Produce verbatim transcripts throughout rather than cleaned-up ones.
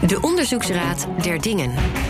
De Onderzoeksraad der Dingen.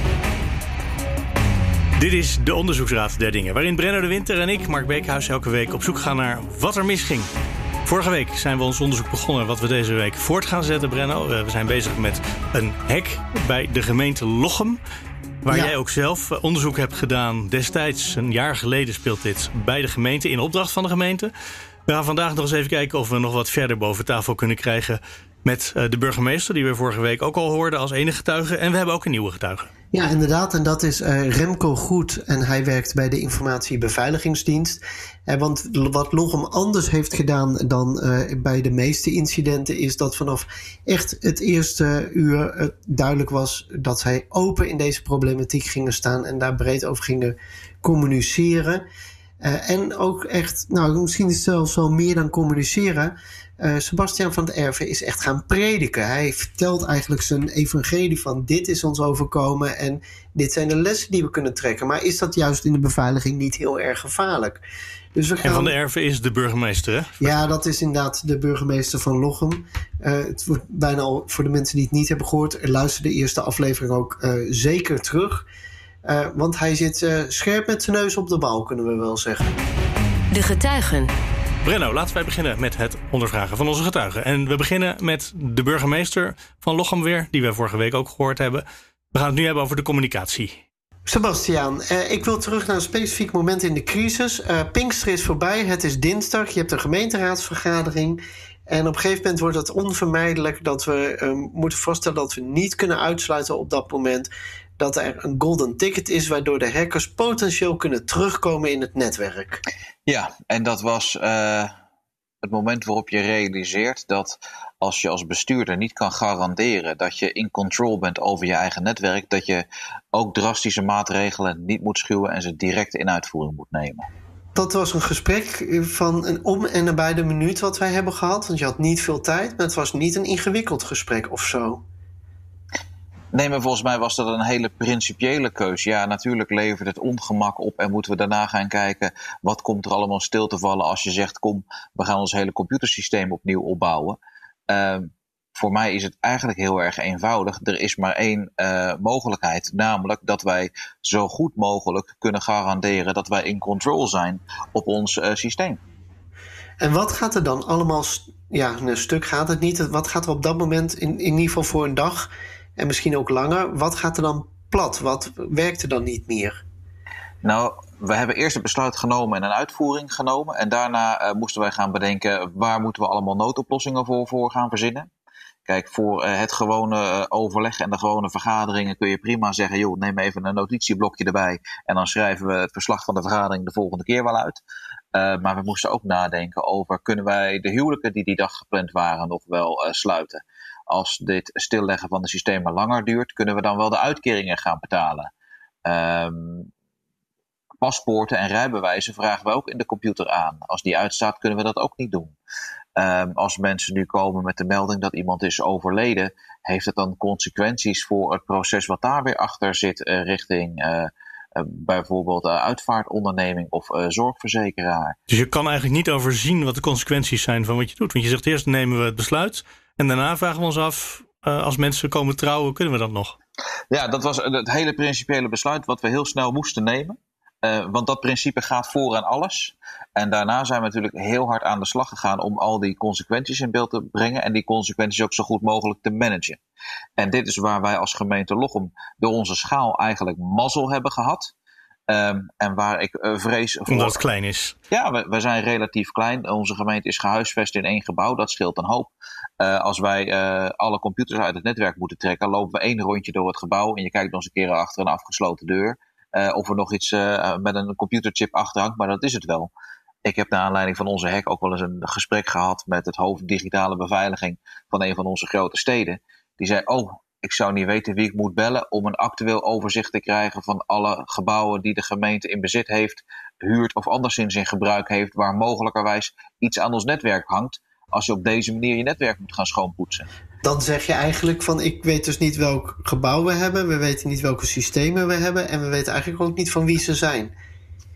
Dit is de Onderzoeksraad der Dingen, waarin Brenno de Winter en ik, Mark Beekhuis, elke week op zoek gaan naar wat er misging. Vorige week zijn we ons onderzoek begonnen wat we deze week voort gaan zetten, Brenno. We zijn bezig met een hek bij de gemeente Lochem, waar ja. jij ook zelf onderzoek hebt gedaan. Destijds, een jaar geleden, speelt dit bij de gemeente in opdracht van de gemeente. We gaan vandaag nog eens even kijken of we nog wat verder boven tafel kunnen krijgen met de burgemeester, die we vorige week ook al hoorden als enige getuige. En we hebben ook een nieuwe getuige. Ja, inderdaad. En dat is uh, Remco Goed. En hij werkt bij de Informatiebeveiligingsdienst. En want wat Lochem anders heeft gedaan dan uh, bij de meeste incidenten is dat vanaf echt het eerste uur uh, duidelijk was dat zij open in deze problematiek gingen staan en daar breed over gingen communiceren. Uh, en ook echt, nou misschien is het zelfs wel meer dan communiceren. Uh, Sebastiaan van der Erve is echt gaan prediken. Hij vertelt eigenlijk zijn evangelie van dit is ons overkomen en dit zijn de lessen die we kunnen trekken. Maar is dat juist in de beveiliging niet heel erg gevaarlijk? Dus we gaan... En van der Erve is de burgemeester, hè? Ja, dat is inderdaad de burgemeester van Lochem. Uh, het wordt bijna al voor de mensen die het niet hebben gehoord, luister de eerste aflevering ook uh, zeker terug. Uh, want hij zit uh, scherp met zijn neus op de bal, kunnen we wel zeggen. De getuigen. Brenno, laten wij beginnen met het ondervragen van onze getuigen. En we beginnen met de burgemeester van Lochem weer, die we vorige week ook gehoord hebben. We gaan het nu hebben over de communicatie. Sebastiaan, uh, ik wil terug naar een specifiek moment in de crisis. Uh, Pinkster is voorbij, het is dinsdag, je hebt een gemeenteraadsvergadering. En op een gegeven moment wordt het onvermijdelijk dat we uh, moeten vaststellen dat we niet kunnen uitsluiten op dat moment dat er een golden ticket is, waardoor de hackers potentieel kunnen terugkomen in het netwerk. Ja, en dat was uh, het moment waarop je realiseert dat als je als bestuurder niet kan garanderen dat je in control bent over je eigen netwerk, dat je ook drastische maatregelen niet moet schuwen en ze direct in uitvoering moet nemen. Dat was een gesprek van een om en nabij de minuut wat wij hebben gehad, want je had niet veel tijd, maar het was niet een ingewikkeld gesprek of zo. Nee, maar volgens mij was dat een hele principiële keus. Ja, natuurlijk levert het ongemak op en moeten we daarna gaan kijken wat komt er allemaal stil te vallen als je zegt kom, we gaan ons hele computersysteem opnieuw opbouwen. Uh, voor mij is het eigenlijk heel erg eenvoudig. Er is maar één uh, mogelijkheid, namelijk dat wij zo goed mogelijk kunnen garanderen dat wij in control zijn op ons uh, systeem. En wat gaat er dan allemaal, ja, een stuk gaat het niet, wat gaat er op dat moment in, in ieder geval voor een dag en misschien ook langer, wat gaat er dan plat? Wat werkt er dan niet meer? Nou, we hebben eerst het besluit genomen en een uitvoering genomen. En daarna uh, moesten wij gaan bedenken waar moeten we allemaal noodoplossingen voor, voor gaan verzinnen. Kijk, voor uh, het gewone uh, overleg en de gewone vergaderingen kun je prima zeggen, joh, neem even een notitieblokje erbij en dan schrijven we het verslag van de vergadering de volgende keer wel uit. Uh, maar we moesten ook nadenken over, kunnen wij de huwelijken die die dag gepland waren nog wel uh, sluiten? Als dit stilleggen van de systemen langer duurt, kunnen we dan wel de uitkeringen gaan betalen? Um, paspoorten en rijbewijzen vragen we ook in de computer aan. Als die uitstaat, kunnen we dat ook niet doen. Um, als mensen nu komen met de melding dat iemand is overleden, heeft het dan consequenties voor het proces wat daar weer achter zit uh, richting uh, uh, bijvoorbeeld uh, uitvaartonderneming of uh, zorgverzekeraar. Dus je kan eigenlijk niet overzien wat de consequenties zijn van wat je doet. Want je zegt eerst nemen we het besluit en daarna vragen we ons af, uh, als mensen komen trouwen, kunnen we dat nog? Ja, dat was het hele principiële besluit wat we heel snel moesten nemen. Uh, want dat principe gaat voor aan alles. En daarna zijn we natuurlijk heel hard aan de slag gegaan om al die consequenties in beeld te brengen en die consequenties ook zo goed mogelijk te managen. En dit is waar wij als gemeente Lochem door onze schaal eigenlijk mazzel hebben gehad. Um, en waar ik uh, vrees voor... Omdat het klein is. Ja, we, we zijn relatief klein. Onze gemeente is gehuisvest in één gebouw. Dat scheelt een hoop. Uh, als wij uh, alle computers uit het netwerk moeten trekken, lopen we één rondje door het gebouw en je kijkt nog eens een keer achter een afgesloten deur. Uh, of er nog iets uh, met een computerchip achter hangt, maar dat is het wel. Ik heb naar aanleiding van onze hack ook wel eens een gesprek gehad met het hoofd digitale beveiliging van een van onze grote steden. Die zei, oh, ik zou niet weten wie ik moet bellen om een actueel overzicht te krijgen van alle gebouwen die de gemeente in bezit heeft, huurt of anderszins in gebruik heeft, waar mogelijkerwijs iets aan ons netwerk hangt, als je op deze manier je netwerk moet gaan schoonpoetsen. Dan zeg je eigenlijk van, ik weet dus niet welk gebouw we hebben, we weten niet welke systemen we hebben en we weten eigenlijk ook niet van wie ze zijn.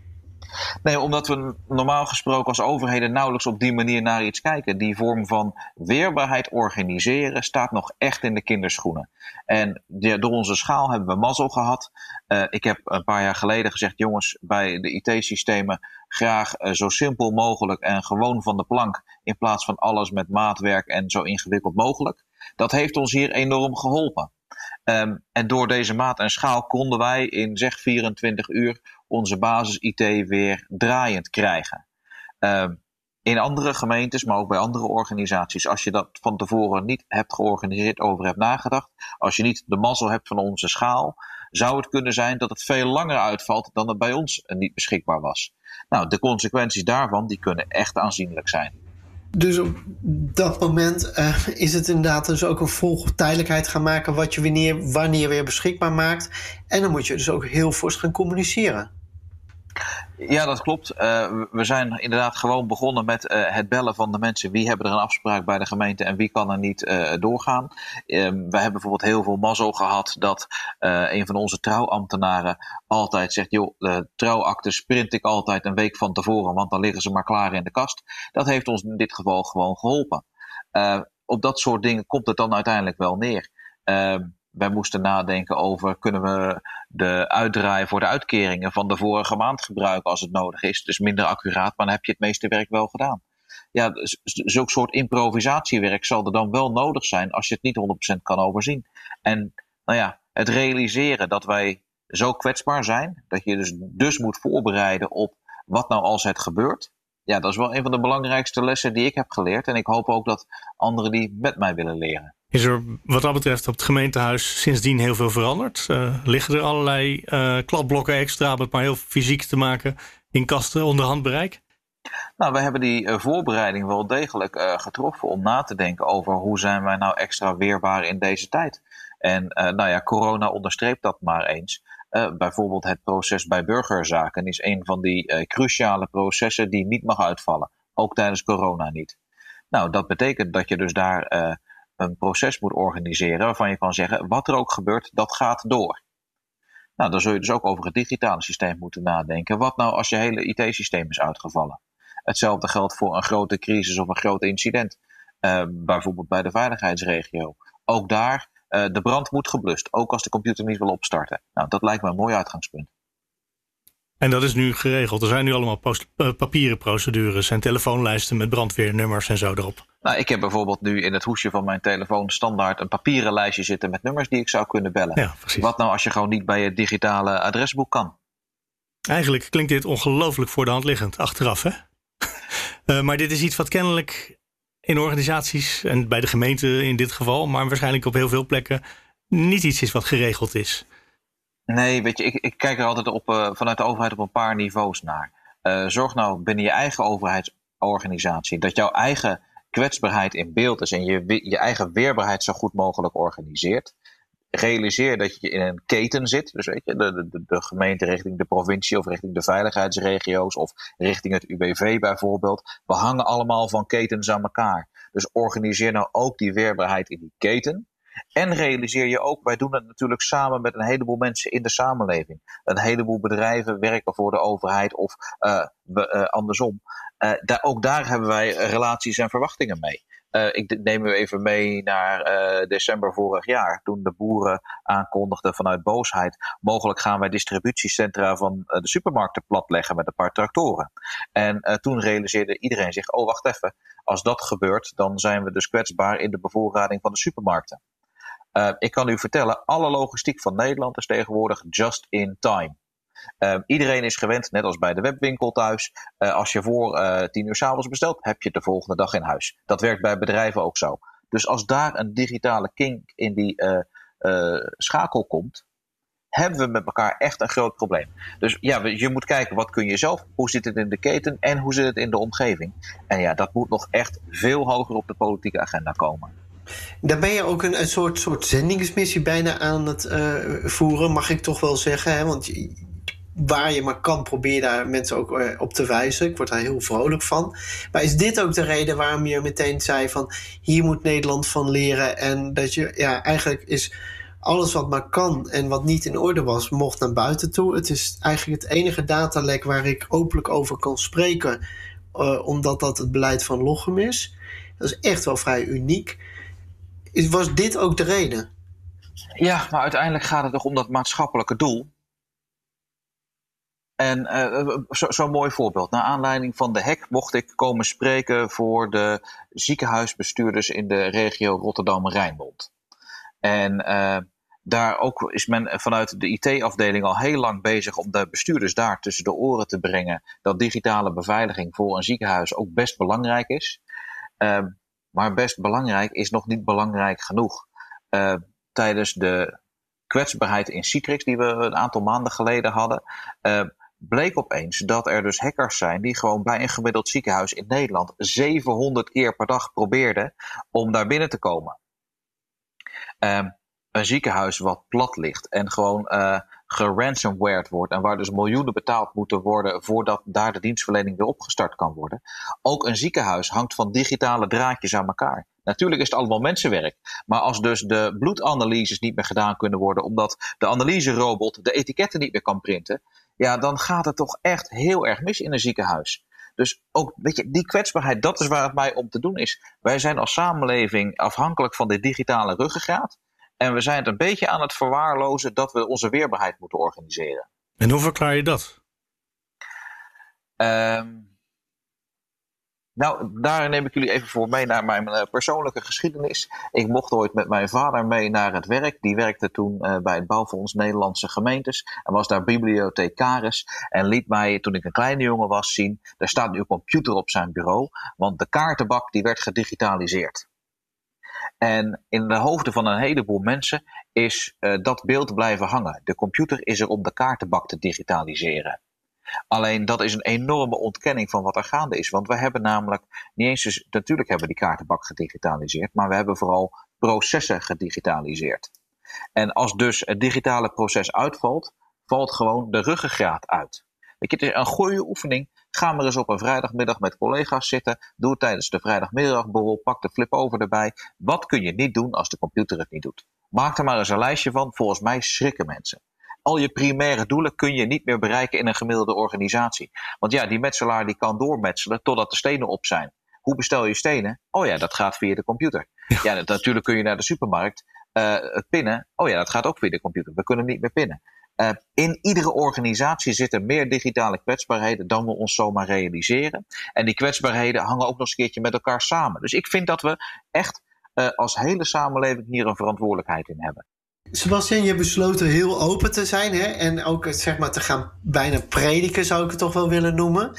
Nee, omdat we normaal gesproken als overheden nauwelijks op die manier naar iets kijken. Die vorm van weerbaarheid organiseren staat nog echt in de kinderschoenen. En door onze schaal hebben we mazzel gehad. Uh, ik heb een paar jaar geleden gezegd, jongens, bij de I T-systemen graag uh, zo simpel mogelijk en gewoon van de plank, in plaats van alles met maatwerk en zo ingewikkeld mogelijk. Dat heeft ons hier enorm geholpen. Um, en door deze maat en schaal konden wij in zeg vierentwintig uur onze basis I T weer draaiend krijgen. Um, in andere gemeentes, maar ook bij andere organisaties, als je dat van tevoren niet hebt georganiseerd, over hebt nagedacht, als je niet de mazzel hebt van onze schaal, zou het kunnen zijn dat het veel langer uitvalt dan het bij ons niet beschikbaar was. Nou, de consequenties daarvan die kunnen echt aanzienlijk zijn. Dus op dat moment uh, is het inderdaad dus ook een volgtijdelijkheid gaan maken wat je wanneer, wanneer weer beschikbaar maakt. En dan moet je dus ook heel fors gaan communiceren. Ja, dat klopt. Uh, we zijn inderdaad gewoon begonnen met uh, het bellen van de mensen. Wie hebben er een afspraak bij de gemeente en wie kan er niet uh, doorgaan. Uh, we hebben bijvoorbeeld heel veel mazzel gehad dat uh, een van onze trouwambtenaren altijd zegt, joh, de trouwaktes print ik altijd een week van tevoren, want dan liggen ze maar klaar in de kast. Dat heeft ons in dit geval gewoon geholpen. Uh, op dat soort dingen komt het dan uiteindelijk wel neer. Uh, Wij moesten nadenken over, kunnen we de uitdraai voor de uitkeringen van de vorige maand gebruiken als het nodig is. Dus minder accuraat, maar dan heb je het meeste werk wel gedaan. Ja, zulk soort improvisatiewerk zal er dan wel nodig zijn als je het niet honderd procent kan overzien. En nou ja, het realiseren dat wij zo kwetsbaar zijn, dat je dus, dus moet voorbereiden op wat nou als het gebeurt. Ja, dat is wel een van de belangrijkste lessen die ik heb geleerd. En ik hoop ook dat anderen die met mij willen leren. Is er wat dat betreft op het gemeentehuis sindsdien heel veel veranderd? Uh, liggen er allerlei uh, kladblokken extra om het maar heel fysiek te maken in kasten onder handbereik? Nou, we hebben die uh, voorbereiding wel degelijk uh, getroffen om na te denken over hoe zijn wij nou extra weerbaar in deze tijd. En uh, nou ja, corona onderstreept dat maar eens. Uh, bijvoorbeeld het proces bij burgerzaken is een van die uh, cruciale processen die niet mag uitvallen. Ook tijdens corona niet. Nou, dat betekent dat je dus daar uh, een proces moet organiseren waarvan je kan zeggen, wat er ook gebeurt, dat gaat door. Nou, dan zul je dus ook over het digitale systeem moeten nadenken. Wat nou als je hele I T-systeem is uitgevallen? Hetzelfde geldt voor een grote crisis of een groot incident. Uh, bijvoorbeeld bij de veiligheidsregio. Ook daar, uh, de brand moet geblust. Ook als de computer niet wil opstarten. Nou, dat lijkt me een mooi uitgangspunt. En dat is nu geregeld. Er zijn nu allemaal post- uh, papieren procedures en telefoonlijsten met brandweernummers en zo erop. Nou, ik heb bijvoorbeeld nu in het hoesje van mijn telefoon standaard een papieren lijstje zitten met nummers die ik zou kunnen bellen. Ja, precies. Wat nou als je gewoon niet bij je digitale adresboek kan? Eigenlijk klinkt dit ongelooflijk voor de hand liggend, achteraf, hè? uh, maar dit is iets wat kennelijk in organisaties en bij de gemeente in dit geval, maar waarschijnlijk op heel veel plekken niet iets is wat geregeld is. Nee, weet je, ik, ik kijk er altijd op, uh, vanuit de overheid op een paar niveaus naar. Uh, zorg nou binnen je eigen overheidsorganisatie dat jouw eigen kwetsbaarheid in beeld is en je, je eigen weerbaarheid zo goed mogelijk organiseert. Realiseer dat je in een keten zit. Dus weet je, de, de, de gemeente richting de provincie of richting de veiligheidsregio's of richting het U W V bijvoorbeeld. We hangen allemaal van ketens aan elkaar. Dus organiseer nou ook die weerbaarheid in die keten. En realiseer je ook, wij doen het natuurlijk samen met een heleboel mensen in de samenleving. Een heleboel bedrijven werken voor de overheid of uh, we, uh, andersom. Uh, daar, ook daar hebben wij relaties en verwachtingen mee. Uh, ik neem u even mee naar uh, december vorig jaar, toen de boeren aankondigden vanuit boosheid, mogelijk gaan wij distributiecentra van uh, de supermarkten platleggen met een paar tractoren. En uh, toen realiseerde iedereen zich, oh wacht even, als dat gebeurt, dan zijn we dus kwetsbaar in de bevoorrading van de supermarkten. Uh, ik kan u vertellen, alle logistiek van Nederland is tegenwoordig just in time. Uh, iedereen is gewend, net als bij de webwinkel thuis. Uh, als je voor uh, tien uur 's avonds bestelt, heb je het de volgende dag in huis. Dat werkt bij bedrijven ook zo. Dus als daar een digitale kink in die uh, uh, schakel komt, hebben we met elkaar echt een groot probleem. Dus ja, je moet kijken, wat kun je zelf? Hoe zit het in de keten en hoe zit het in de omgeving? En ja, dat moet nog echt veel hoger op de politieke agenda komen. Daar ben je ook een, een soort, soort zendingsmissie bijna aan het uh, voeren, mag ik toch wel zeggen. Hè? Want je, waar je maar kan, probeer je daar mensen ook uh, op te wijzen. Ik word daar heel vrolijk van. Maar is dit ook de reden waarom je meteen zei van hier moet Nederland van leren en dat je ja eigenlijk is alles wat maar kan en wat niet in orde was, mocht naar buiten toe. Het is eigenlijk het enige datalek waar ik openlijk over kan spreken, uh, omdat dat het beleid van Lochem is. Dat is echt wel vrij uniek. Is, was dit ook de reden? Ja, maar uiteindelijk gaat het toch om dat maatschappelijke doel. En uh, zo'n zo mooi voorbeeld. Naar aanleiding van de hack mocht ik komen spreken voor de ziekenhuisbestuurders in de regio Rotterdam-Rijnmond. En uh, daar ook is men vanuit de I T-afdeling al heel lang bezig om de bestuurders daar tussen de oren te brengen dat digitale beveiliging voor een ziekenhuis ook best belangrijk is. Uh, maar best belangrijk is nog niet belangrijk genoeg. Uh, tijdens de kwetsbaarheid in Citrix die we een aantal maanden geleden hadden, uh, bleek opeens dat er dus hackers zijn die gewoon bij een gemiddeld ziekenhuis in Nederland zevenhonderd keer per dag probeerden om daar binnen te komen. Um, een ziekenhuis wat plat ligt en gewoon uh, geransomwared wordt en waar dus miljoenen betaald moeten worden voordat daar de dienstverlening weer opgestart kan worden. Ook een ziekenhuis hangt van digitale draadjes aan elkaar. Natuurlijk is het allemaal mensenwerk, maar als dus de bloedanalyses niet meer gedaan kunnen worden omdat de analyserobot de etiketten niet meer kan printen, ja, dan gaat het toch echt heel erg mis in een ziekenhuis. Dus ook, weet je, die kwetsbaarheid, dat is waar het mij om te doen is. Wij zijn als samenleving afhankelijk van dit digitale ruggengraat. En we zijn het een beetje aan het verwaarlozen dat we onze weerbaarheid moeten organiseren. En hoe verklaar je dat? Um, nou, daar neem ik jullie even voor mee naar mijn uh, persoonlijke geschiedenis. Ik mocht ooit met mijn vader mee naar het werk. Die werkte toen uh, bij het Bouwfonds Nederlandse Gemeentes. En was daar bibliothecaris. En liet mij, toen ik een kleine jongen was, zien. Er staat nu een computer op zijn bureau. Want de kaartenbak die werd gedigitaliseerd. En in de hoofden van een heleboel mensen is uh, dat beeld blijven hangen. De computer is er om de kaartenbak te digitaliseren. Alleen dat is een enorme ontkenning van wat er gaande is. Want we hebben namelijk niet eens dus, natuurlijk hebben we die kaartenbak gedigitaliseerd, maar we hebben vooral processen gedigitaliseerd. En als dus het digitale proces uitvalt, valt gewoon de ruggengraat uit. Weet je, het is een goede oefening. Ga maar eens op een vrijdagmiddag met collega's zitten. Doe het tijdens de vrijdagmiddagborrel. Pak de flip-over erbij. Wat kun je niet doen als de computer het niet doet? Maak er maar eens een lijstje van. Volgens mij schrikken mensen. Al je primaire doelen kun je niet meer bereiken in een gemiddelde organisatie. Want ja, die metselaar die kan doormetselen totdat de stenen op zijn. Hoe bestel je stenen? Oh ja, dat gaat via de computer. Ja, ja natuurlijk kun je naar de supermarkt uh, het pinnen. Oh ja, dat gaat ook via de computer. We kunnen niet meer pinnen. Uh, in iedere organisatie zitten meer digitale kwetsbaarheden dan we ons zomaar realiseren. En die kwetsbaarheden hangen ook nog eens een keertje met elkaar samen. Dus ik vind dat we echt uh, als hele samenleving hier een verantwoordelijkheid in hebben. Sebastian, je besloten heel open te zijn, hè? En ook zeg maar te gaan bijna prediken, zou ik het toch wel willen noemen.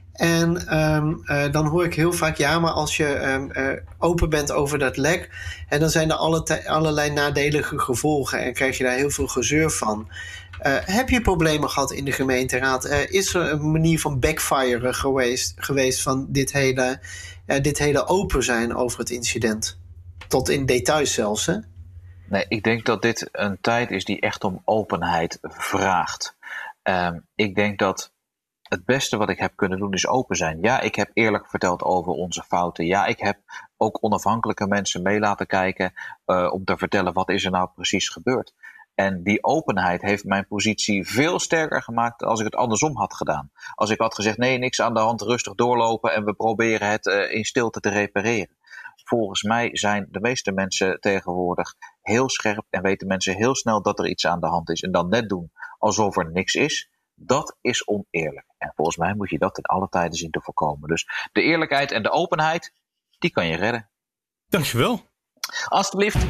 En um, uh, dan hoor ik heel vaak, ja, maar als je um, uh, open bent over dat lek, en dan zijn er alle te- allerlei nadelige gevolgen en krijg je daar heel veel gezeur van. Uh, heb je problemen gehad in de gemeenteraad? Uh, is er een manier van backfire geweest, geweest van dit hele, uh, dit hele open zijn over het incident? Tot in details zelfs, hè? Nee, ik denk dat dit een tijd is die echt om openheid vraagt. Um, ik denk dat het beste wat ik heb kunnen doen is open zijn. Ja, ik heb eerlijk verteld over onze fouten. Ja, ik heb ook onafhankelijke mensen mee laten kijken uh, om te vertellen wat is er nou precies gebeurd. En die openheid heeft mijn positie veel sterker gemaakt dan als ik het andersom had gedaan. Als ik had gezegd, nee, niks aan de hand, rustig doorlopen en we proberen het uh, in stilte te repareren. Volgens mij zijn de meeste mensen tegenwoordig heel scherp en weten mensen heel snel dat er iets aan de hand is. En dan net doen alsof er niks is, dat is oneerlijk. En volgens mij moet je dat in alle tijden zien te voorkomen. Dus de eerlijkheid en de openheid, die kan je redden. Dankjewel. Alsjeblieft.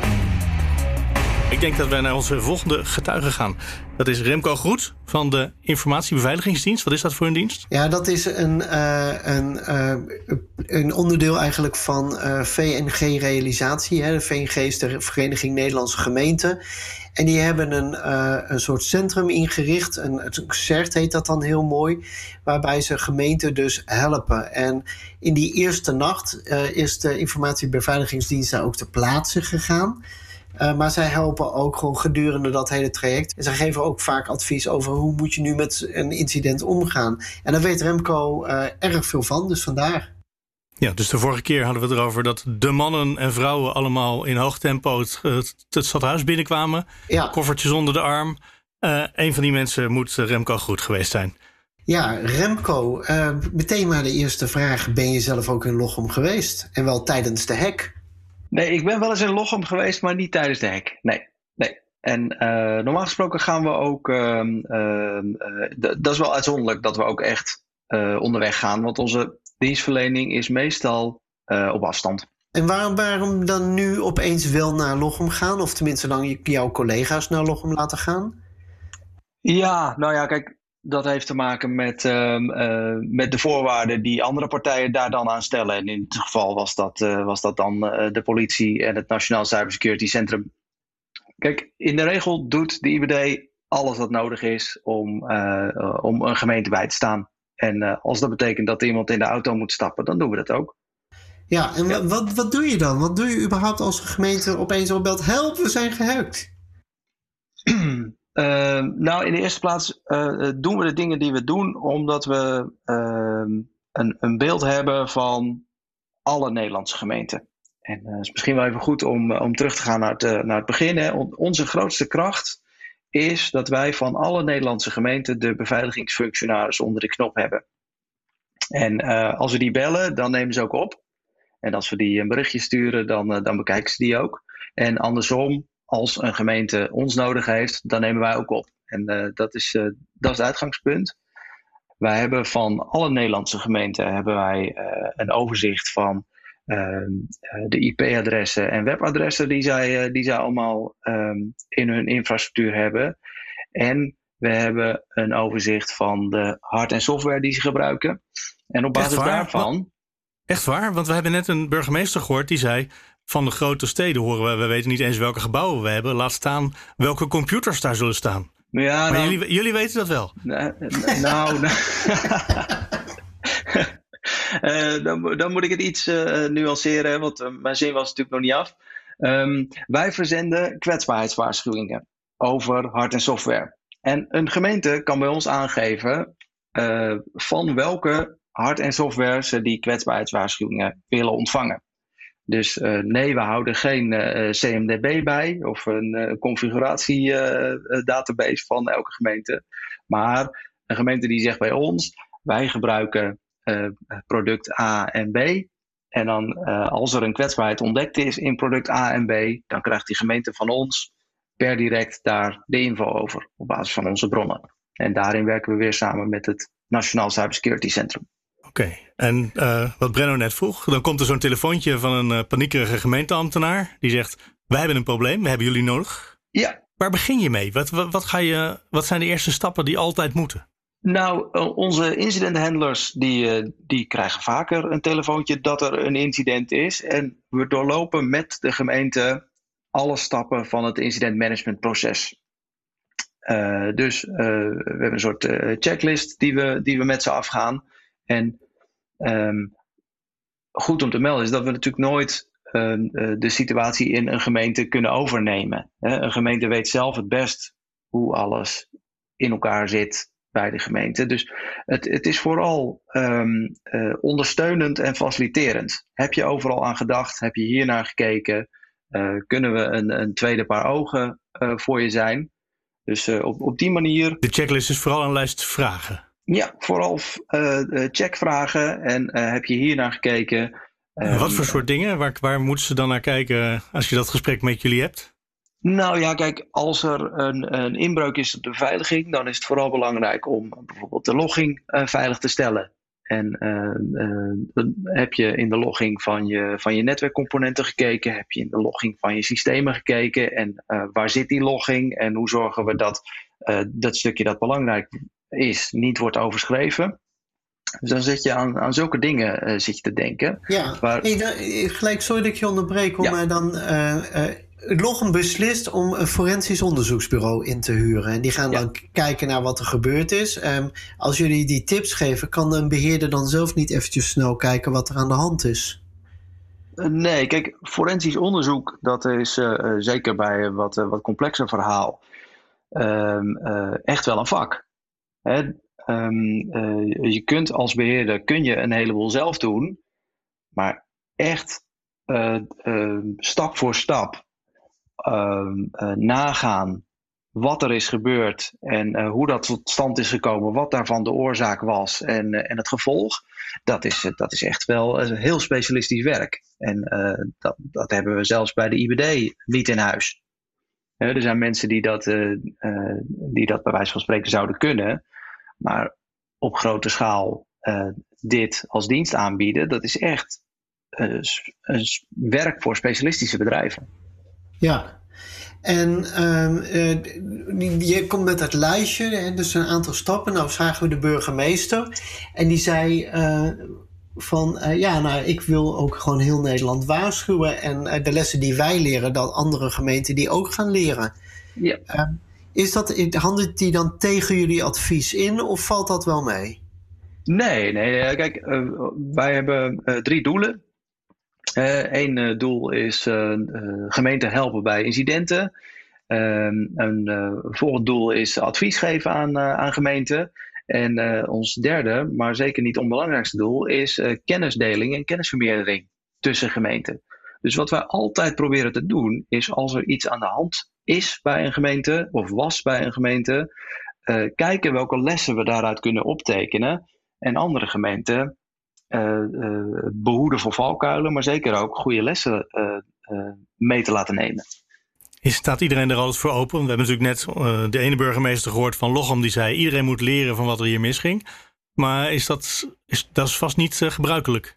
Ik denk dat wij naar onze volgende getuige gaan. Dat is Remco Groet van de Informatiebeveiligingsdienst. Wat is dat voor een dienst? Ja, dat is een, uh, een, uh, een onderdeel eigenlijk van uh, V N G-realisatie. Hè. De V N G is de Vereniging Nederlandse Gemeenten. En die hebben een, uh, een soort centrum ingericht. Een, een C E R T heet dat dan heel mooi. Waarbij ze gemeenten dus helpen. En in die eerste nacht uh, is de Informatiebeveiligingsdienst daar ook ter plaatse gegaan. Uh, maar zij helpen ook gewoon gedurende dat hele traject. En zij geven ook vaak advies over hoe moet je nu met een incident omgaan. En daar weet Remco uh, erg veel van, dus vandaar. Ja, dus de vorige keer hadden we het erover dat de mannen en vrouwen allemaal in hoog tempo het, het, het stadhuis binnenkwamen. Ja. Koffertjes onder de arm. Uh, een van die mensen moet Remco Groet geweest zijn. Ja, Remco, uh, meteen maar de eerste vraag. Ben je zelf ook in Lochem geweest? En wel tijdens de hek? Nee, ik ben wel eens in Lochem geweest, maar niet tijdens de hek. Nee, nee. En uh, normaal gesproken gaan we ook... Uh, uh, uh, d- dat is wel uitzonderlijk dat we ook echt uh, onderweg gaan. Want onze dienstverlening is meestal uh, op afstand. En waarom, waarom dan nu opeens wel naar Lochem gaan? Of tenminste dan jouw collega's naar Lochem laten gaan? Ja, nou ja, kijk... Dat heeft te maken met, uh, uh, met de voorwaarden die andere partijen daar dan aan stellen. En in dit geval was dat, uh, was dat dan uh, de politie en het Nationaal Cybersecurity Centrum. Kijk, in de regel doet de I B D alles wat nodig is om, uh, uh, om een gemeente bij te staan. En uh, als dat betekent dat iemand in de auto moet stappen, dan doen we dat ook. Ja, en ja. Wat, wat doe je dan? Wat doe je überhaupt als een gemeente opeens opbelt? Help, we zijn gehackt. Uh, nou, in de eerste plaats uh, doen we de dingen die we doen omdat we uh, een, een beeld hebben van alle Nederlandse gemeenten. En het uh, is misschien wel even goed om, om terug te gaan naar het, uh, naar het begin. Hè. Onze grootste kracht is dat wij van alle Nederlandse gemeenten de beveiligingsfunctionaris onder de knop hebben. En uh, als we die bellen, dan nemen ze ook op. En als we die een berichtje sturen, dan, uh, dan bekijken ze die ook. En andersom, als een gemeente ons nodig heeft, dan nemen wij ook op. En uh, dat, is, uh, dat is het uitgangspunt. Wij hebben van alle Nederlandse gemeenten hebben wij uh, een overzicht van uh, de I P-adressen en webadressen die zij, uh, die zij allemaal um, in hun infrastructuur hebben. En we hebben een overzicht van de hard- en software die ze gebruiken. En op basis daarvan... Echt waar? Want we hebben net een burgemeester gehoord die zei... van de grote steden horen we, we weten niet eens welke gebouwen we hebben. Laat staan welke computers daar zullen staan. Ja, maar nou, jullie, jullie weten dat wel? Nou, nou, nou uh, dan, dan moet ik het iets uh, nuanceren, want uh, mijn zin was natuurlijk nog niet af. Um, wij verzenden kwetsbaarheidswaarschuwingen over hard- en software. En een gemeente kan bij ons aangeven uh, van welke hard- en software ze die kwetsbaarheidswaarschuwingen willen ontvangen. Dus uh, nee, we houden geen uh, C M D B bij of een uh, configuratiedatabase uh, van elke gemeente. Maar een gemeente die zegt bij ons, wij gebruiken uh, product A en B. En dan uh, als er een kwetsbaarheid ontdekt is in product A en B, dan krijgt die gemeente van ons per direct daar de info over op basis van onze bronnen. En daarin werken we weer samen met het Nationaal Cybersecurity Centrum. Oké, okay. En uh, wat Brenno net vroeg, dan komt er zo'n telefoontje van een uh, paniekerige gemeenteambtenaar. Die zegt, wij hebben een probleem, we hebben jullie nodig. Ja. Waar begin je mee? Wat, wat, wat, ga je, wat zijn de eerste stappen die altijd moeten? Nou, onze incidenthandlers die, uh, die krijgen vaker een telefoontje dat er een incident is. En we doorlopen met de gemeente alle stappen van het incidentmanagementproces. Uh, dus uh, we hebben een soort uh, checklist die we, die we met ze afgaan. En um, goed om te melden is dat we natuurlijk nooit uh, uh, de situatie in een gemeente kunnen overnemen. Hè? Een gemeente weet zelf het best hoe alles in elkaar zit bij de gemeente. Dus het, het is vooral um, uh, ondersteunend en faciliterend. Heb je overal aan gedacht? Heb je hier naar gekeken? Uh, kunnen we een, een tweede paar ogen uh, voor je zijn? Dus uh, op, op die manier... De checklist is vooral een lijst vragen. Ja, vooral uh, checkvragen en uh, heb je hier naar gekeken. Um, Wat voor soort dingen? Waar, waar moeten ze dan naar kijken als je dat gesprek met jullie hebt? Nou ja, kijk, als er een, een inbreuk is op de beveiliging, dan is het vooral belangrijk om bijvoorbeeld de logging uh, veilig te stellen. En uh, uh, heb je in de logging van je, van je netwerkcomponenten gekeken? Heb je in de logging van je systemen gekeken? En uh, waar zit die logging? En hoe zorgen we dat uh, dat stukje dat belangrijk is, niet wordt overschreven? Dus dan zit je aan, aan zulke dingen uh, zit je te denken. Ja, waar... hey, dan, gelijk sorry dat ik je onderbreek, hoor, ja. Maar dan... Uh, uh, Lochem beslist om een forensisch onderzoeksbureau in te huren. En die gaan dan ja. kijken naar wat er gebeurd is. Um, als jullie die tips geven, kan een beheerder dan zelf niet eventjes snel kijken wat er aan de hand is? Uh, nee, kijk, forensisch onderzoek, dat is uh, uh, zeker bij een wat, uh, wat complexer verhaal uh, uh, echt wel een vak. Hè? Um, uh, je kunt als beheerder kun je een heleboel zelf doen. Maar echt uh, uh, stap voor stap uh, uh, nagaan wat er is gebeurd en uh, hoe dat tot stand is gekomen, wat daarvan de oorzaak was en, uh, en het gevolg. Dat is, uh, dat is echt wel uh, heel specialistisch werk. En uh, dat, dat hebben we zelfs bij de I B D niet in huis. Uh, er zijn mensen die dat, uh, uh, die dat bij wijze van spreken zouden kunnen. Maar op grote schaal uh, dit als dienst aanbieden, dat is echt uh, een werk voor specialistische bedrijven. Ja. En um, uh, je komt met dat lijstje, hè, dus een aantal stappen. Nou zagen we de burgemeester en die zei uh, van uh, ja, nou ik wil ook gewoon heel Nederland waarschuwen en uh, de lessen die wij leren, dat andere gemeenten die ook gaan leren. Ja. Uh, is dat, handelt die dan tegen jullie advies in of valt dat wel mee? Nee, nee, kijk, uh, wij hebben uh, drie doelen. Eén uh, uh, doel is uh, uh, gemeenten helpen bij incidenten. Uh, een uh, volgend doel is advies geven aan, uh, aan gemeenten. En uh, ons derde, maar zeker niet onbelangrijkste doel, is uh, kennisdeling en kennisvermeerdering tussen gemeenten. Dus wat wij altijd proberen te doen, is als er iets aan de hand is bij een gemeente, of was bij een gemeente, uh, kijken welke lessen we daaruit kunnen optekenen. En andere gemeenten Uh, uh, behoeden voor valkuilen, maar zeker ook goede lessen uh, uh, mee te laten nemen. Is, staat iedereen er altijd voor open? We hebben natuurlijk net uh, de ene burgemeester gehoord van Lochem, die zei iedereen moet leren van wat er hier misging. Maar is dat, is, dat is vast niet uh, gebruikelijk?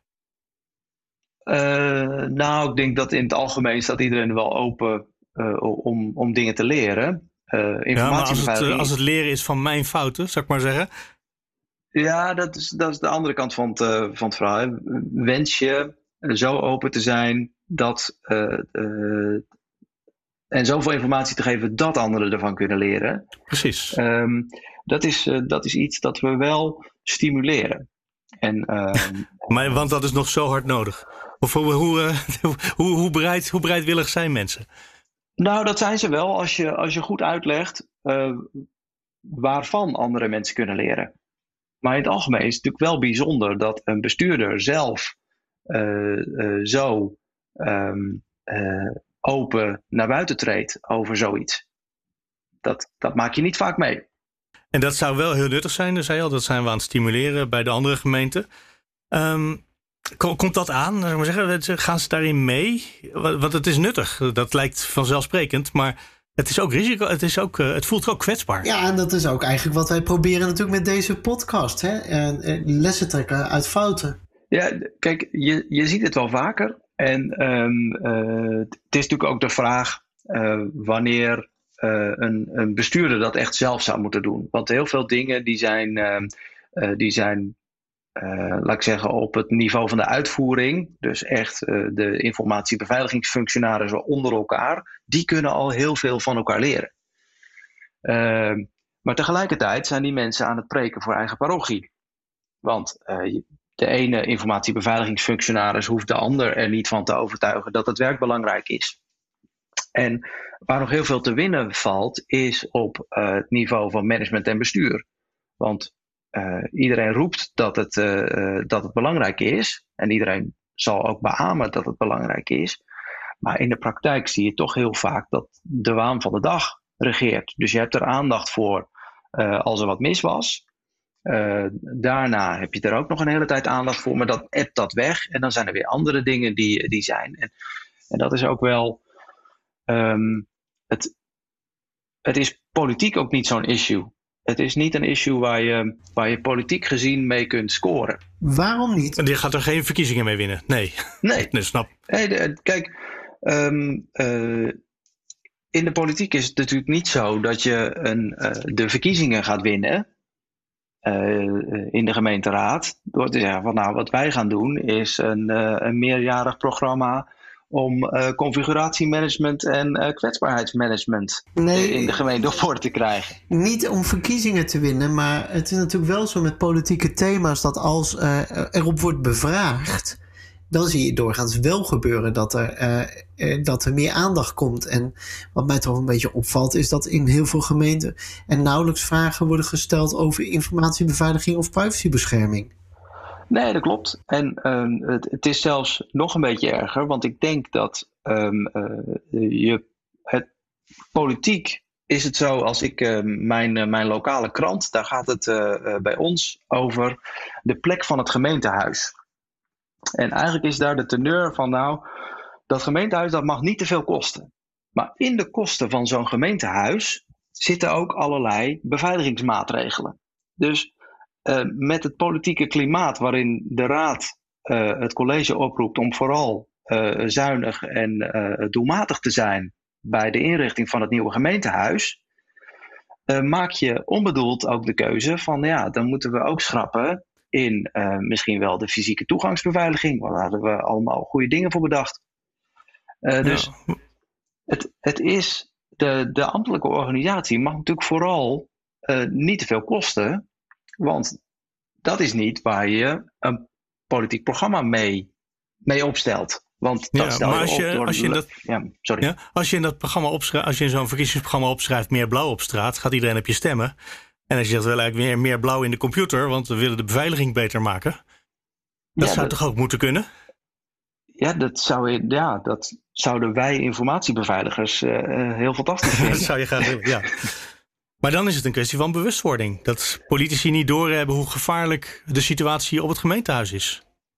Uh, nou, ik denk dat in het algemeen staat iedereen wel open uh, om, om dingen te leren. Uh, ja, maar als het, uh, als het leren is van mijn fouten, zou ik maar zeggen. Ja, dat is, dat is de andere kant van het, uh, van het verhaal. Hè. Wens je zo open te zijn dat, uh, uh, en zoveel informatie te geven dat anderen ervan kunnen leren. Precies. Um, dat, is, uh, dat is iets dat we wel stimuleren. En, uh, maar, want dat is nog zo hard nodig. Of hoe, hoe, uh, hoe, hoe, bereid, hoe bereidwillig zijn mensen? Nou, dat zijn ze wel als je, als je goed uitlegt uh, waarvan andere mensen kunnen leren. Maar in het algemeen is het natuurlijk wel bijzonder dat een bestuurder zelf uh, uh, zo um, uh, open naar buiten treedt over zoiets. Dat, dat maak je niet vaak mee. En dat zou wel heel nuttig zijn, dus zei je al, dat zijn we aan het stimuleren bij de andere gemeenten. Um, komt dat aan? Maar zeggen, gaan ze daarin mee? Want het is nuttig, dat lijkt vanzelfsprekend, maar het is ook risico, het, is ook, het voelt ook kwetsbaar. Ja, en dat is ook eigenlijk wat wij proberen natuurlijk met deze podcast. Hè? En, en lessen trekken uit fouten. Ja, kijk, je, je ziet het wel vaker. En um, uh, het is natuurlijk ook de vraag uh, wanneer uh, een, een bestuurder dat echt zelf zou moeten doen. Want heel veel dingen die zijn, uh, uh, die zijn uh, laat ik zeggen, op het niveau van de uitvoering. Dus echt uh, de informatiebeveiligingsfunctionarissen onder elkaar. Die kunnen al heel veel van elkaar leren. Uh, maar tegelijkertijd zijn die mensen aan het preken voor eigen parochie. Want uh, de ene informatiebeveiligingsfunctionaris hoeft de ander er niet van te overtuigen dat het werk belangrijk is. En waar nog heel veel te winnen valt, is op uh, het niveau van management en bestuur. Want uh, iedereen roept dat het, uh, dat het belangrijk is. En iedereen zal ook beamen dat het belangrijk is. Maar in de praktijk zie je toch heel vaak dat de waan van de dag regeert. Dus je hebt er aandacht voor uh, als er wat mis was. Uh, daarna heb je er ook nog een hele tijd aandacht voor, maar dan ebt dat weg. En dan zijn er weer andere dingen die, die zijn. En, en dat is ook wel... Um, het, het is politiek ook niet zo'n issue. Het is niet een issue waar je, waar je politiek gezien mee kunt scoren. Waarom niet? En die gaat er geen verkiezingen mee winnen. Nee. Nee. nee snap. Nee, de, kijk, um, uh, in de politiek is het natuurlijk niet zo dat je een, uh, de verkiezingen gaat winnen uh, in de gemeenteraad. Door te zeggen van nou, wat wij gaan doen is een, uh, een meerjarig programma om uh, configuratiemanagement en uh, kwetsbaarheidsmanagement nee, in de gemeente op orde te krijgen. Niet om verkiezingen te winnen, maar het is natuurlijk wel zo met politieke thema's dat als uh, erop wordt bevraagd, dan zie je doorgaans wel gebeuren dat er, uh, dat er meer aandacht komt. En wat mij toch een beetje opvalt is dat in heel veel gemeenten er nauwelijks vragen worden gesteld over informatiebeveiliging of privacybescherming. Nee, dat klopt. En um, het, het is zelfs nog een beetje erger, want ik denk dat um, uh, je het politiek is het zo, als ik uh, mijn, uh, mijn lokale krant, daar gaat het uh, uh, bij ons over de plek van het gemeentehuis. En eigenlijk is daar de teneur van, nou, dat gemeentehuis dat mag niet te veel kosten. Maar in de kosten van zo'n gemeentehuis zitten ook allerlei beveiligingsmaatregelen. Dus uh, met het politieke klimaat waarin de raad uh, het college oproept om vooral uh, zuinig en uh, doelmatig te zijn bij de inrichting van het nieuwe gemeentehuis, uh, maak je onbedoeld ook de keuze van, ja, dan moeten we ook schrappen in uh, misschien wel de fysieke toegangsbeveiliging. Daar hadden we allemaal goede dingen voor bedacht. Uh, dus ja. het, het is, de, de ambtelijke organisatie mag natuurlijk vooral uh, niet te veel kosten, want dat is niet waar je een politiek programma mee, mee opstelt. Want dat ja, stel maar je als je, op door als je in dat, ja, sorry. Ja, als je in dat programma opschrijft, als je in zo'n verkiezingsprogramma opschrijft meer blauw op straat, gaat iedereen op je stemmen. En als je zegt wel eigenlijk meer, meer blauw in de computer, want we willen de beveiliging beter maken. Dat ja, zou dat, toch ook moeten kunnen? Ja, dat, zou, ja, dat zouden wij informatiebeveiligers uh, heel fantastisch vinden. Dat zou je graag willen, ja. Maar dan is het een kwestie van bewustwording. Dat politici niet doorhebben hoe gevaarlijk de situatie op het gemeentehuis is.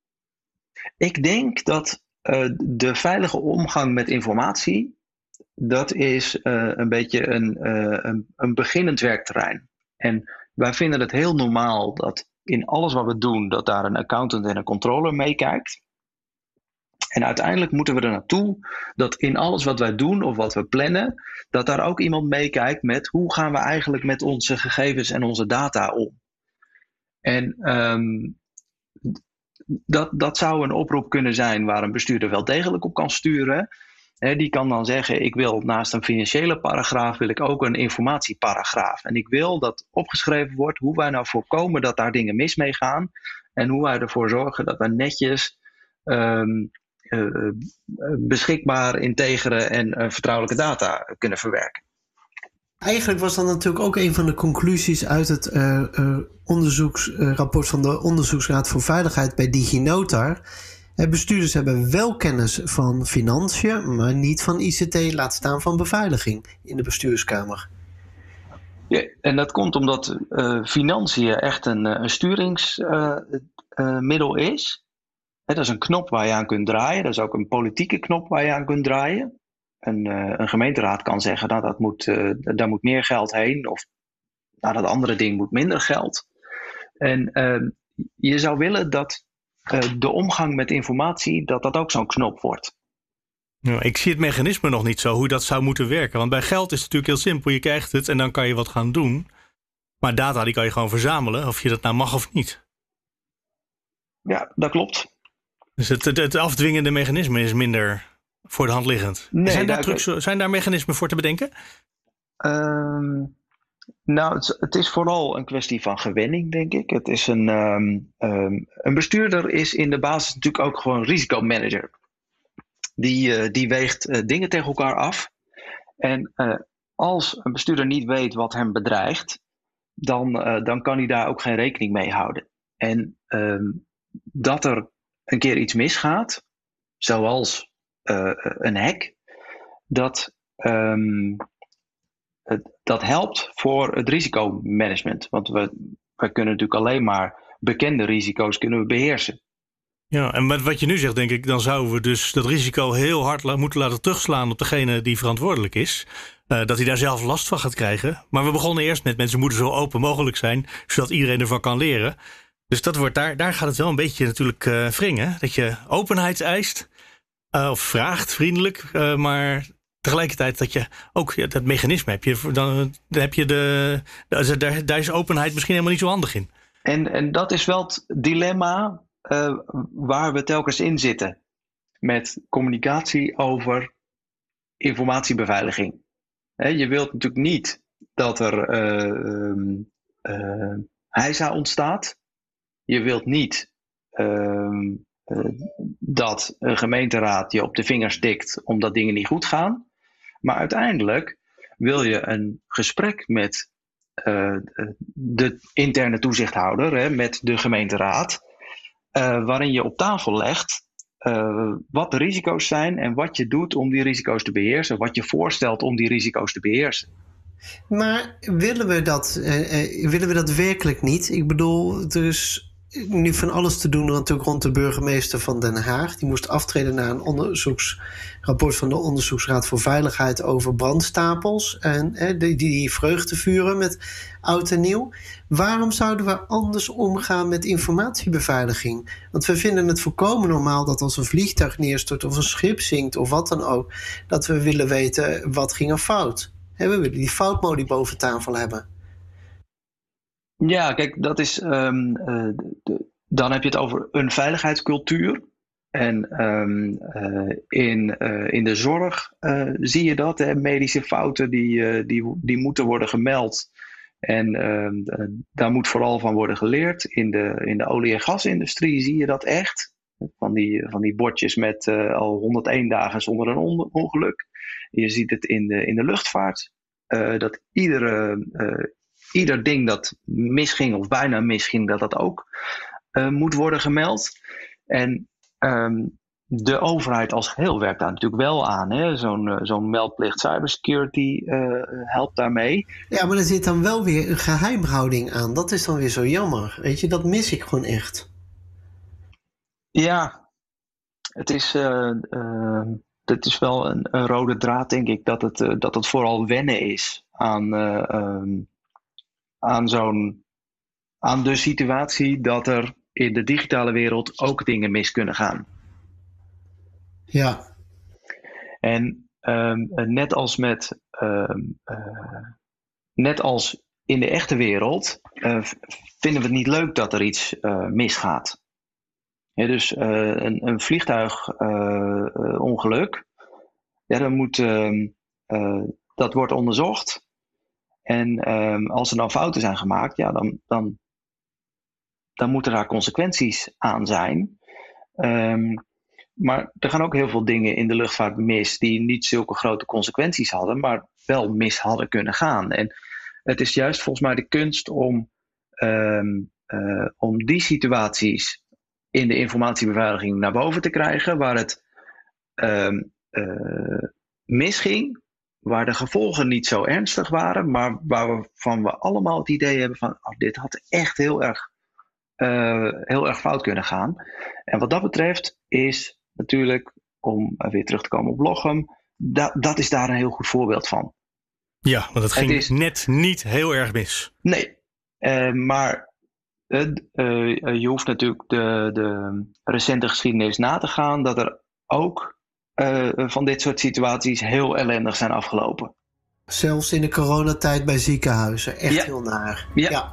Ik denk dat uh, de veilige omgang met informatie, dat is uh, een beetje een, uh, een, een beginnend werkterrein. En wij vinden het heel normaal dat in alles wat we doen, dat daar een accountant en een controller meekijkt. En uiteindelijk moeten we er naartoe dat in alles wat wij doen of wat we plannen, dat daar ook iemand meekijkt met hoe gaan we eigenlijk met onze gegevens en onze data om. En um, dat, dat zou een oproep kunnen zijn waar een bestuurder wel degelijk op kan sturen. He, die kan dan zeggen, ik wil naast een financiële paragraaf wil ik ook een informatieparagraaf. En ik wil dat opgeschreven wordt hoe wij nou voorkomen dat daar dingen mis mee gaan. En hoe wij ervoor zorgen dat we netjes um, uh, beschikbaar, integere en uh, vertrouwelijke data kunnen verwerken. Eigenlijk was dat natuurlijk ook een van de conclusies uit het uh, uh, onderzoeksrapport van de Onderzoeksraad voor Veiligheid bij DigiNotar. Uh, bestuurders hebben wel kennis van financiën, maar niet van I C T, laat staan van beveiliging in de bestuurskamer. Ja, en dat komt omdat uh, financiën echt een, een sturingsmiddel uh, uh, is. He, dat is een knop waar je aan kunt draaien. Dat is ook een politieke knop waar je aan kunt draaien. Een, uh, een gemeenteraad kan zeggen, nou, dat moet, uh, daar moet meer geld heen. Of nou, dat andere ding moet minder geld. En uh, je zou willen dat uh, de omgang met informatie, dat dat ook zo'n knop wordt. Nou, ik zie het mechanisme nog niet zo, hoe dat zou moeten werken. Want bij geld is het natuurlijk heel simpel. Je krijgt het en dan kan je wat gaan doen. Maar data die kan je gewoon verzamelen, of je dat nou mag of niet. Ja, dat klopt. Dus het, het, het afdwingende mechanisme is minder voor de hand liggend. Nee, zijn, daar trucs, zijn daar mechanismen voor te bedenken? Um, nou, het, het is vooral een kwestie van gewenning, denk ik. Het is een, um, um, een bestuurder is in de basis natuurlijk ook gewoon risicomanager. Die, uh, die weegt uh, dingen tegen elkaar af. En uh, als een bestuurder niet weet wat hem bedreigt, dan, uh, dan kan hij daar ook geen rekening mee houden. En um, dat er een keer iets misgaat, zoals uh, een hack, dat, um, het, dat helpt voor het risicomanagement. Want we, we kunnen natuurlijk alleen maar bekende risico's kunnen we beheersen. Ja, en met wat je nu zegt, denk ik, dan zouden we dus dat risico heel hard la- moeten laten terugslaan op degene die verantwoordelijk is. Uh, dat hij daar zelf last van gaat krijgen. Maar we begonnen eerst met mensen moeten zo open mogelijk zijn, zodat iedereen ervan kan leren. Dus dat wordt daar, daar gaat het wel een beetje natuurlijk uh, wringen. Dat je openheid eist, uh, of vraagt vriendelijk, uh, maar tegelijkertijd dat je ook ja, dat mechanisme heb je, dan, dan heb je de, de daar, daar is openheid misschien helemaal niet zo handig in. En, en dat is wel het dilemma uh, waar we telkens in zitten met communicatie over informatiebeveiliging. He, je wilt natuurlijk niet dat er uh, uh, heisa ontstaat. Je wilt niet uh, uh, dat een gemeenteraad je op de vingers tikt omdat dingen niet goed gaan. Maar uiteindelijk wil je een gesprek met uh, de interne toezichthouder, hè, met de gemeenteraad. uh, waarin je op tafel legt uh, wat de risico's zijn en wat je doet om die risico's te beheersen. Wat je voorstelt om die risico's te beheersen. Maar willen we dat, uh, uh, willen we dat werkelijk niet? Ik bedoel, er is nu van alles te doen natuurlijk rond de burgemeester van Den Haag. Die moest aftreden na een onderzoeksrapport van de Onderzoeksraad voor Veiligheid over brandstapels. En uh, die, die vreugde vuren met oud en nieuw. Waarom zouden we anders omgaan met informatiebeveiliging? Want we vinden het volkomen normaal dat als een vliegtuig neerstort of een schip zinkt of wat dan ook, dat we willen weten wat ging er fout. He, we willen die foutmodi boven tafel hebben. Ja, kijk, dat is. Um, uh, de, dan heb je het over een veiligheidscultuur. En um, uh, in, uh, in de zorg uh, zie je dat. Hè, medische fouten die, uh, die, die moeten worden gemeld. En uh, uh, daar moet vooral van worden geleerd. In de, in de olie- en gasindustrie zie je dat echt. Van die, van die bordjes met uh, al honderdéén dagen zonder een on- ongeluk. Je ziet het in de, in de luchtvaart. Uh, dat iedere, uh, ieder ding dat misging of bijna misging, dat dat ook uh, moet worden gemeld. En um, de overheid als geheel werkt daar natuurlijk wel aan. Hè? Zo'n, uh, zo'n meldplicht cybersecurity uh, helpt daarmee. Ja, maar er zit dan wel weer een geheimhouding aan. Dat is dan weer zo jammer. Weet je, dat mis ik gewoon echt. Ja, het is... Uh, uh, Het is wel een, een rode draad, denk ik, dat het, uh, dat het vooral wennen is aan, uh, um, aan, zo'n, aan de situatie dat er in de digitale wereld ook dingen mis kunnen gaan. Ja. En um, net als met, um, uh, net als in de echte wereld, uh, vinden we het niet leuk dat er iets uh, misgaat. Ja, dus uh, een, een vliegtuigongeluk, uh, uh, ja, dan moet, uh, uh, dat wordt onderzocht. En um, als er dan fouten zijn gemaakt, ja, dan, dan, dan moeten daar consequenties aan zijn. Um, maar er gaan ook heel veel dingen in de luchtvaart mis die niet zulke grote consequenties hadden, maar wel mis hadden kunnen gaan. En het is juist volgens mij de kunst om, um, uh, om die situaties in de informatiebeveiliging naar boven te krijgen, waar het um, uh, misging, waar de gevolgen niet zo ernstig waren, maar waarvan we allemaal het idee hebben van, oh, dit had echt heel erg, uh, heel erg fout kunnen gaan. En wat dat betreft is natuurlijk, om weer terug te komen op Lochem, da- dat is daar een heel goed voorbeeld van. Ja, want het ging het is, net niet heel erg mis. Nee, uh, maar Uh, uh, je hoeft natuurlijk de, de recente geschiedenis na te gaan, dat er ook uh, van dit soort situaties heel ellendig zijn afgelopen. Zelfs in de coronatijd bij ziekenhuizen. Echt ja. heel naar. Ja. ja.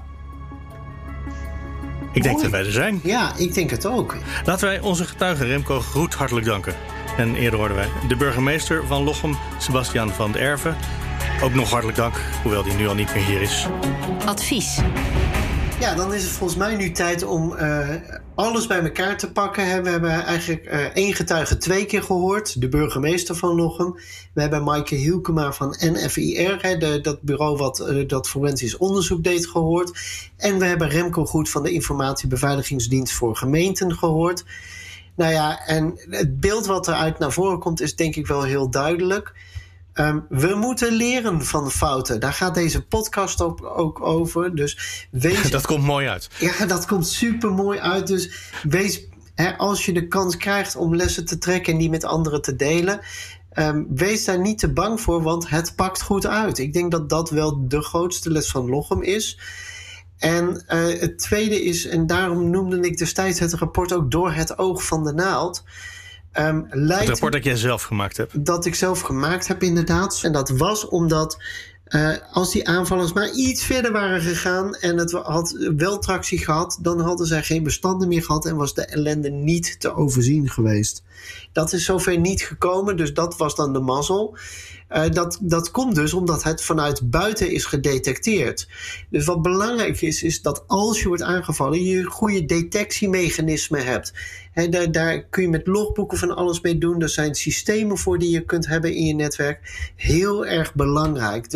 Ik denk Mooi. dat wij er zijn. Ja, ik denk het ook. Laten wij onze getuige Remco Groet hartelijk danken. En eerder hoorden wij de burgemeester van Lochem, Sebastiaan van der Erven. Ook nog hartelijk dank, hoewel die nu al niet meer hier is. Advies. Ja, dan is het volgens mij nu tijd om uh, alles bij elkaar te pakken. We hebben eigenlijk uh, één getuige twee keer gehoord. De burgemeester van Lochem. We hebben Maaike Hielkema van N F I R, hè, de, dat bureau wat uh, dat forensisch onderzoek deed, gehoord. En we hebben Remco Groet van de Informatiebeveiligingsdienst voor Gemeenten gehoord. Nou ja, en het beeld wat eruit naar voren komt is denk ik wel heel duidelijk. Um, we moeten leren van fouten. Daar gaat deze podcast ook, ook over. Dus wees, dat komt mooi uit. Ja, dat komt super mooi uit. Dus wees, hè, als je de kans krijgt om lessen te trekken en die met anderen te delen, um, wees daar niet te bang voor, want het pakt goed uit. Ik denk dat dat wel de grootste les van Lochem is. En uh, het tweede is, en daarom noemde ik destijds het rapport ook Door het oog van de naald. Um, het rapport dat jij zelf gemaakt hebt. Dat ik zelf gemaakt heb, inderdaad. En dat was omdat uh, als die aanvallers maar iets verder waren gegaan en het had wel tractie gehad, dan hadden zij geen bestanden meer gehad en was de ellende niet te overzien geweest. Dat is zover niet gekomen, dus dat was dan de mazzel. Uh, dat, dat komt dus omdat het vanuit buiten is gedetecteerd. Dus wat belangrijk is, is dat als je wordt aangevallen, je een goede detectiemechanisme hebt. He, daar, daar kun je met logboeken van alles mee doen. Er zijn systemen voor die je kunt hebben in je netwerk. Heel erg belangrijk. Dus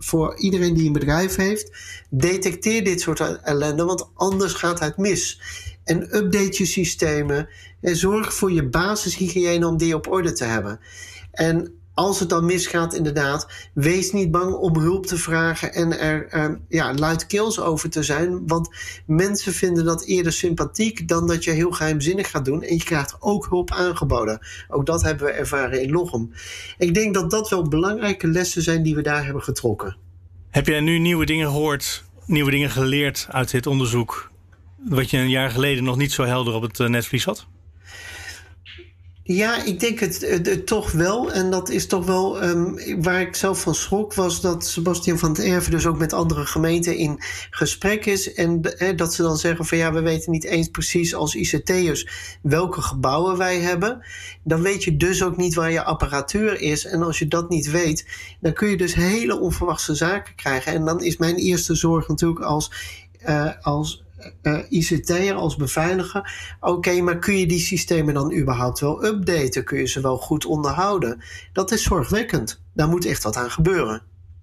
voor iedereen die een bedrijf heeft, detecteer dit soort ellende, want anders gaat het mis. En update je systemen en zorg voor je basishygiëne om die op orde te hebben. En als het dan misgaat, inderdaad, wees niet bang om hulp te vragen en er uh, ja, luidkeels over te zijn. Want mensen vinden dat eerder sympathiek dan dat je heel geheimzinnig gaat doen. En je krijgt ook hulp aangeboden. Ook dat hebben we ervaren in Lochem. Ik denk dat dat wel belangrijke lessen zijn die we daar hebben getrokken. Heb jij nu nieuwe dingen gehoord, nieuwe dingen geleerd uit dit onderzoek, wat je een jaar geleden nog niet zo helder op het netvlies had? Ja, ik denk het, het, het toch wel. En dat is toch wel um, waar ik zelf van schrok, was dat Sebastian van 't Erven dus ook met andere gemeenten in gesprek is. En eh, dat ze dan zeggen van ja, we weten niet eens precies als I C T'ers welke gebouwen wij hebben. Dan weet je dus ook niet waar je apparatuur is. En als je dat niet weet, dan kun je dus hele onverwachte zaken krijgen. En dan is mijn eerste zorg natuurlijk als, uh, als Uh, I C T'er, als beveiliger. Oké, okay, maar kun je die systemen dan überhaupt wel updaten? Kun je ze wel goed onderhouden? Dat is zorgwekkend. Daar moet echt wat aan gebeuren.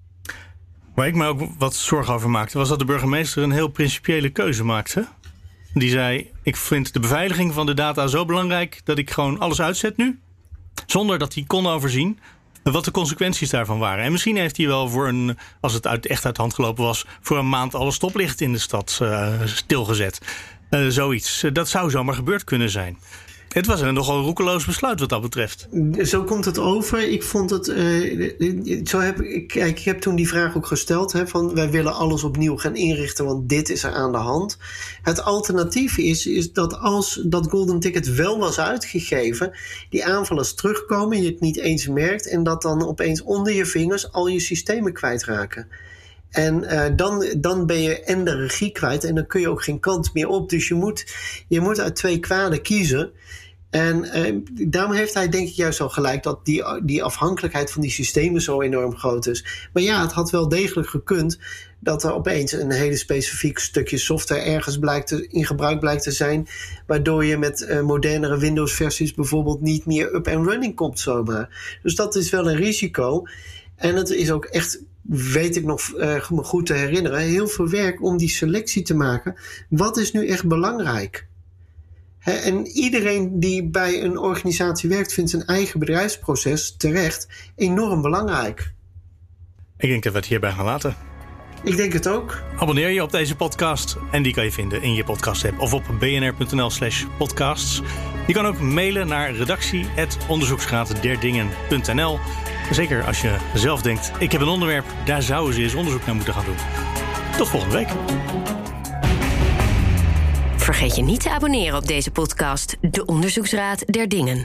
Waar ik me ook wat zorgen over maakte, was dat de burgemeester een heel principiële keuze maakte. Die zei, ik vind de beveiliging van de data zo belangrijk dat ik gewoon alles uitzet nu, zonder dat hij kon overzien wat de consequenties daarvan waren. En misschien heeft hij wel voor een, als het uit, echt uit de hand gelopen was, voor een maand alle stoplichten in de stad uh, stilgezet. Uh, zoiets. Uh, dat zou zomaar gebeurd kunnen zijn. Het was een nogal roekeloos besluit wat dat betreft. Zo komt het over. Ik vond het. Uh, zo heb, kijk, ik heb toen die vraag ook gesteld. Hè, van wij willen alles opnieuw gaan inrichten, want dit is er aan de hand. Het alternatief is, is dat als dat Golden Ticket wel was uitgegeven, die aanvallers terugkomen, je het niet eens merkt en dat dan opeens onder je vingers al je systemen kwijtraken. En uh, dan, dan ben je en de regie kwijt en dan kun je ook geen kant meer op. Dus je moet, je moet uit twee kwaden kiezen. En uh, daarom heeft hij denk ik juist al gelijk dat die, die afhankelijkheid van die systemen zo enorm groot is. Maar ja, het had wel degelijk gekund dat er opeens een hele specifiek stukje software ergens blijkt te, in gebruik blijkt te zijn, waardoor je met uh, modernere Windows-versies bijvoorbeeld niet meer up and running komt zomaar. Dus dat is wel een risico. En het is ook echt, weet ik nog uh, me goed te herinneren, heel veel werk om die selectie te maken. Wat is nu echt belangrijk? He, en iedereen die bij een organisatie werkt, vindt zijn eigen bedrijfsproces terecht enorm belangrijk. Ik denk dat we het hierbij gaan laten. Ik denk het ook. Abonneer je op deze podcast en die kan je vinden in je podcast-app of op bnr.nl slash podcasts. Je kan ook mailen naar redactie at onderzoeksraadderdingen.nl. Zeker als je zelf denkt, ik heb een onderwerp, daar zouden ze eens onderzoek naar moeten gaan doen. Tot volgende week. Vergeet je niet te abonneren op deze podcast, De Onderzoeksraad der Dingen.